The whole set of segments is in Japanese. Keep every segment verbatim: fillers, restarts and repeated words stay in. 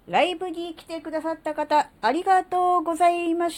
ライブに来てくださった方、ありがとうございました。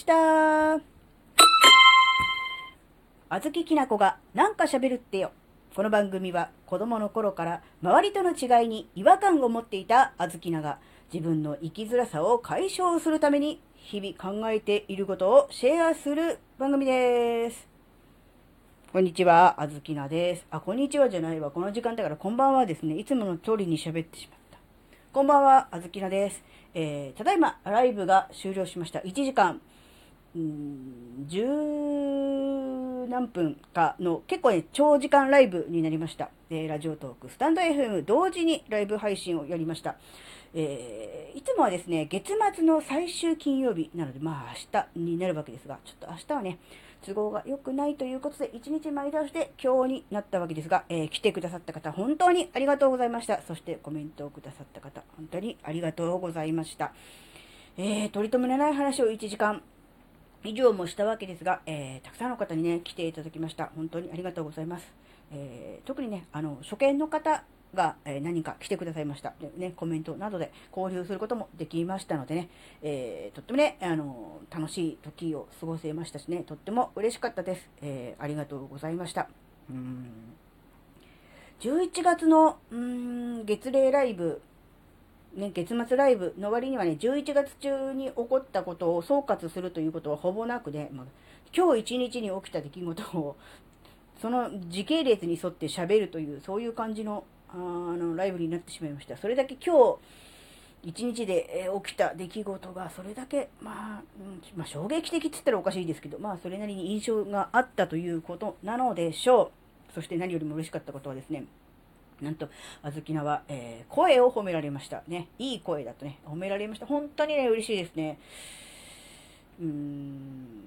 あずききなこがなんか喋るってよ。この番組は子供の頃から周りとの違いに違和感を持っていたあずきなが自分の生きづらさを解消するために日々考えていることをシェアする番組です。こんにちは、あずきなです。あ、こんにちはじゃないわ。この時間だからこんばんはですね。いつもの通りに喋ってしまった。こんばんは、あずきなです。えー、ただいまライブが終了しました。いちじかん、うーん、じゅう何分かの結構ね、長時間ライブになりました。えー、ラジオトーク、スタンド エフエム 同時にライブ配信をやりました。えー、いつもはですね、月末の最終金曜日なので、まあ明日になるわけですが、ちょっと明日はね、都合が良くないということで、いちにちまえ倒して今日になったわけですが、えー、来てくださった方、本当にありがとうございました。そしてコメントをくださった方、本当にありがとうございました。えー、取り留めのない話をいちじかん以上もしたわけですが、えー、たくさんの方にね、来ていただきました。本当にありがとうございます。えー、特にね、あの、初見の方が、えー、何人か来てくださいました。でね、コメントなどで交流することもできましたのでね、えー、とってもね、あの、楽しい時を過ごせましたしね、とっても嬉しかったです。えー、ありがとうございました。うーんじゅういちがつの、うーん、月例ライブ、ね、月末ライブの割にはね、じゅういちがつ中に起こったことを総括するということはほぼなくね、まあ、今日一日に起きた出来事を、その時系列に沿って喋るという、そういう感じの、あの、ライブになってしまいました。それだけ今日、一日で起きた出来事が、それだけ、まあ、うん、まあ、衝撃的って言ったらおかしいですけど、まあ、それなりに印象があったということなのでしょう。そして何よりも嬉しかったことはですね、なんと、あずきなは、えー、声を褒められました。ね。いい声だとね、褒められました。本当にね、嬉しいですね。うーん。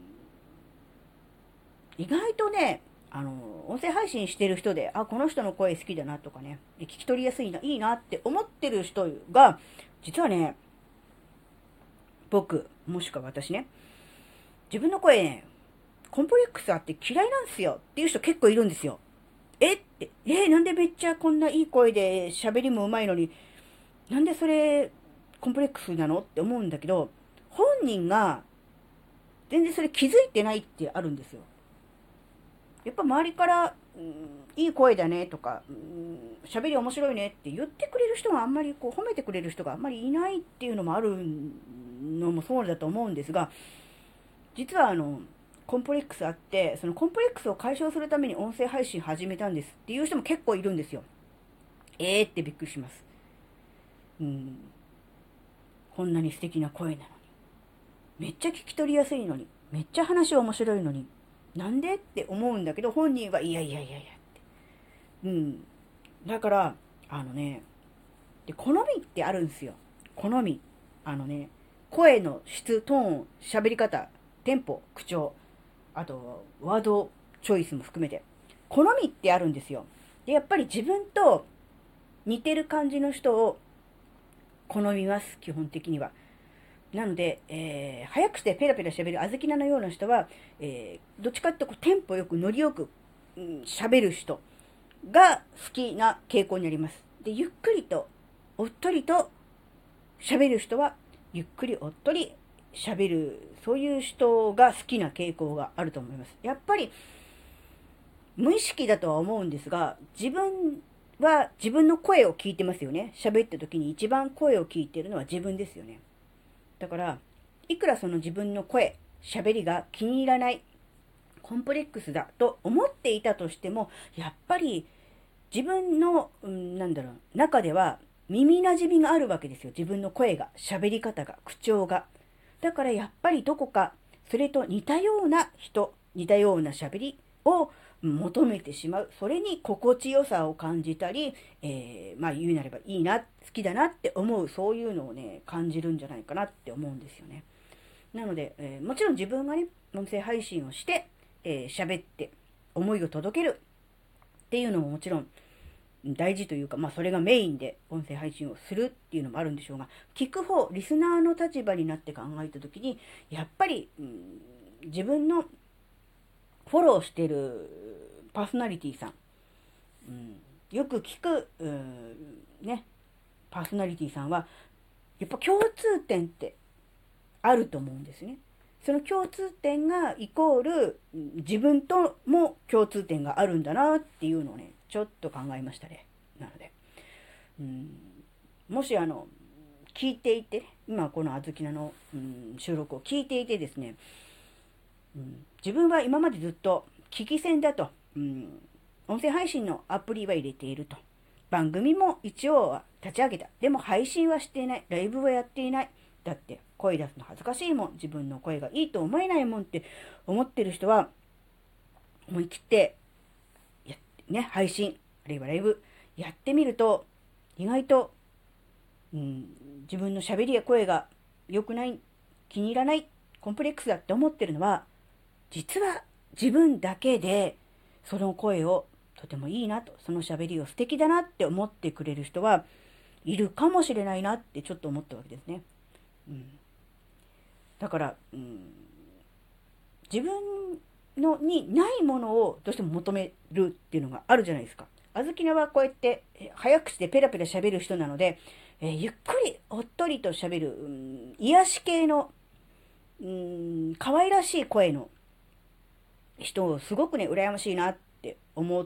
意外とね、あの、音声配信してる人で、あ、この人の声好きだなとかね、聞き取りやすいな、いいなって思ってる人が、実はね、僕、もしくは私ね、自分の声ね、コンプレックスあって嫌いなんですよっていう人結構いるんですよ。えって、え、なんでめっちゃこんないい声で喋りも上手いのに、なんでそれコンプレックスなのって思うんだけど、本人が全然それ気づいてないってあるんですよ。やっぱ周りから、うん、いい声だねとか、うん、喋り面白いねって言ってくれる人があんまりこう褒めてくれる人があんまりいないっていうのもあるのもそうだと思うんですが、実はあの、コンプレックスあって、そのコンプレックスを解消するために音声配信始めたんですっていう人も結構いるんですよ。えーってびっくりします。うん、こんなに素敵な声なのに。めっちゃ聞き取りやすいのに、めっちゃ話面白いのに、なんでって思うんだけど、本人はいやいやいやいやって。うん。だから、あのね、で、好みってあるんですよ。好み。あのね、声の質、トーン、喋り方、テンポ、口調、あと、ワードチョイスも含めて。好みってあるんですよ。で、やっぱり自分と似てる感じの人を好みます、基本的には。なので、えー、早くしてペラペラ喋るあずきなのような人は、えー、どっちかってこうテンポよくノリよく喋、うん、る人が好きな傾向になります。で、ゆっくりと、おっとりと喋る人は、ゆっくりおっとり喋る、そういう人が好きな傾向があると思います。やっぱり、無意識だとは思うんですが、自分は自分の声を聞いてますよね。喋った時に一番声を聞いているのは自分ですよね。だから、いくらその自分の声、喋りが気に入らない、コンプレックスだと思っていたとしても、やっぱり自分の、うん、なんだろう、中では耳馴染みがあるわけですよ。自分の声が、喋り方が、口調が。だからやっぱりどこか、それと似たような人、似たような喋りを求めてしまう。それに心地よさを感じたり、えー、まあ言うなればいいな、好きだなって思う、そういうのをね、感じるんじゃないかなって思うんですよね。なので、えー、もちろん自分がね、音声配信をして、えー、喋って、思いを届けるっていうのももちろん大事というか、まあそれがメインで音声配信をするっていうのもあるんでしょうが、聞く方、リスナーの立場になって考えたときに、やっぱり、うん、自分のフォローしてるパーソナリティさん、うん、よく聞く、うん、ね、パーソナリティさんは、 やっぱ共通点ってあると思うんですね。その共通点がイコール自分とも共通点があるんだなっていうのをね、ちょっと考えましたね。なので、うん、もしあの、聞いていて、今このあずきなの、うん、収録を聞いていてですね、うん、自分は今までずっと聞き戦だと、うん、音声配信のアプリは入れていると。番組も一応は立ち上げた。でも配信はしていない。ライブはやっていない。だって声出すの恥ずかしいもん。自分の声がいいと思えないもんって思ってる人は、思い切ってやってね、配信、あるいはライブやってみると、意外と、うん、自分の喋りや声が良くない、気に入らない、コンプレックスだって思ってるのは、実は自分だけで、その声をとてもいいなと、その喋りを素敵だなって思ってくれる人はいるかもしれないなってちょっと思ったわけですね。うん、だから、うん、自分のにないものをどうしても求めるっていうのがあるじゃないですか。あずきなはこうやって早口でペラペラ喋る人なので、えー、ゆっくりおっとりと喋る、うん、癒し系の、うん、可愛らしい声の人をすごくね、羨ましいなって思って、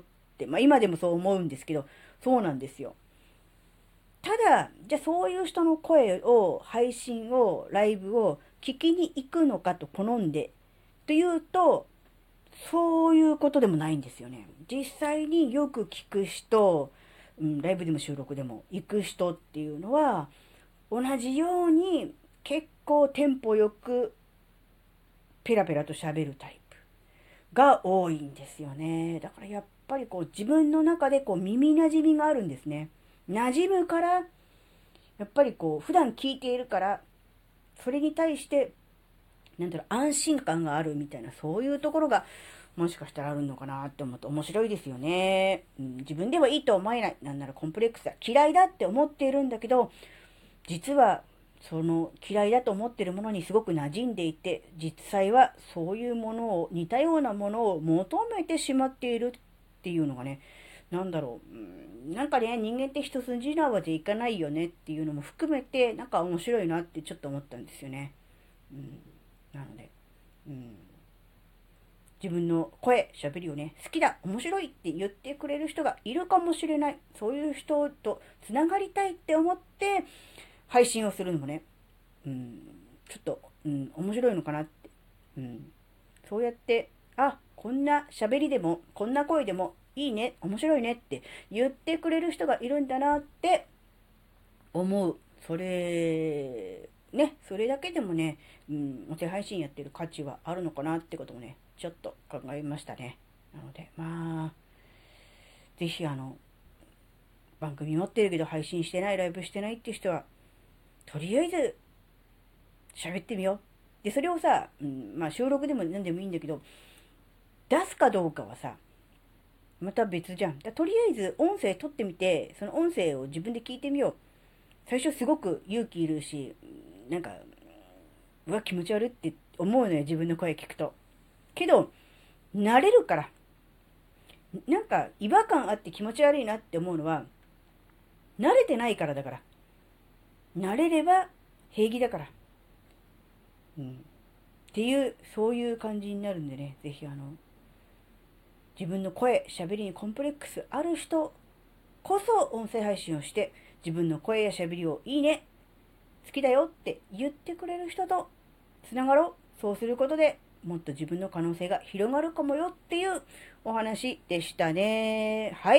まあ今でもそう思うんですけど、そうなんですよ。ただ、じゃあそういう人の声を、配信を、ライブを聞きに行くのかと好んで、というと、そういうことでもないんですよね。実際によく聞く人、うん、ライブでも収録でも行く人っていうのは、同じように結構テンポよくペラペラと喋るタイプが多いんですよね。だからやっぱりこう自分の中でこう耳馴染みがあるんですね。馴染むから、やっぱりこう普段聞いているから、それに対して、なんだろう、安心感があるみたいな、そういうところがもしかしたらあるのかなって思うと面白いですよね。うん、自分ではいいと思えない。なんならコンプレックスだ。嫌いだって思っているんだけど、実はその嫌いだと思っているものにすごく馴染んでいて、実際はそういうものを、似たようなものを求めてしまっているっていうのがね、なんだろう、うん、なんかね、人間って一筋縄でいかないよねっていうのも含めて、なんか面白いなってちょっと思ったんですよね。うん、なので、うん、自分の声、喋りをね、好きだ、面白いって言ってくれる人がいるかもしれない。そういう人とつながりたいって思って配信をするのもね、うん、ちょっと、うん、面白いのかなって。うん、そうやって、あ、こんな喋りでも、こんな声でもいいね、面白いねって言ってくれる人がいるんだなって思う。それ、ね、それだけでもね、うん、音声配信やってる価値はあるのかなってこともね、ちょっと考えましたね。なので、まあ、ぜひあの、番組持ってるけど配信してない、ライブしてないっていう人は、とりあえず、喋ってみよう。で、それをさ、うん、まあ収録でも何でもいいんだけど、出すかどうかはさ、また別じゃん。だとりあえず音声取ってみて、その音声を自分で聞いてみよう。最初すごく勇気いるし、なんか、うわ、気持ち悪いって思うのよ、自分の声聞くと。けど、慣れるから。なんか、違和感あって気持ち悪いなって思うのは、慣れてないからだから。慣れれば平気だから。うん。っていう、そういう感じになるんでね、ぜひあの、自分の声、喋りにコンプレックスある人こそ音声配信をして、自分の声や喋りをいいね、好きだよって言ってくれる人とつながろう。そうすることでもっと自分の可能性が広がるかもよっていうお話でしたね。はい。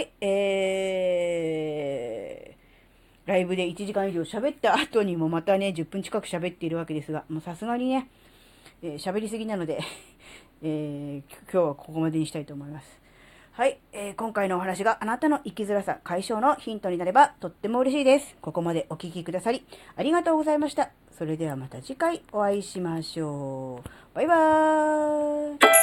えー、ライブでいちじかん以上喋った後にもまたね、じゅっぷん近く喋っているわけですが、もうさすがにね、えー、喋りすぎなので、えー、今日はここまでにしたいと思います。はい、えー、今回のお話があなたの生きづらさ解消のヒントになればとっても嬉しいです。ここまでお聞きくださりありがとうございました。それではまた次回お会いしましょう。バイバーイ。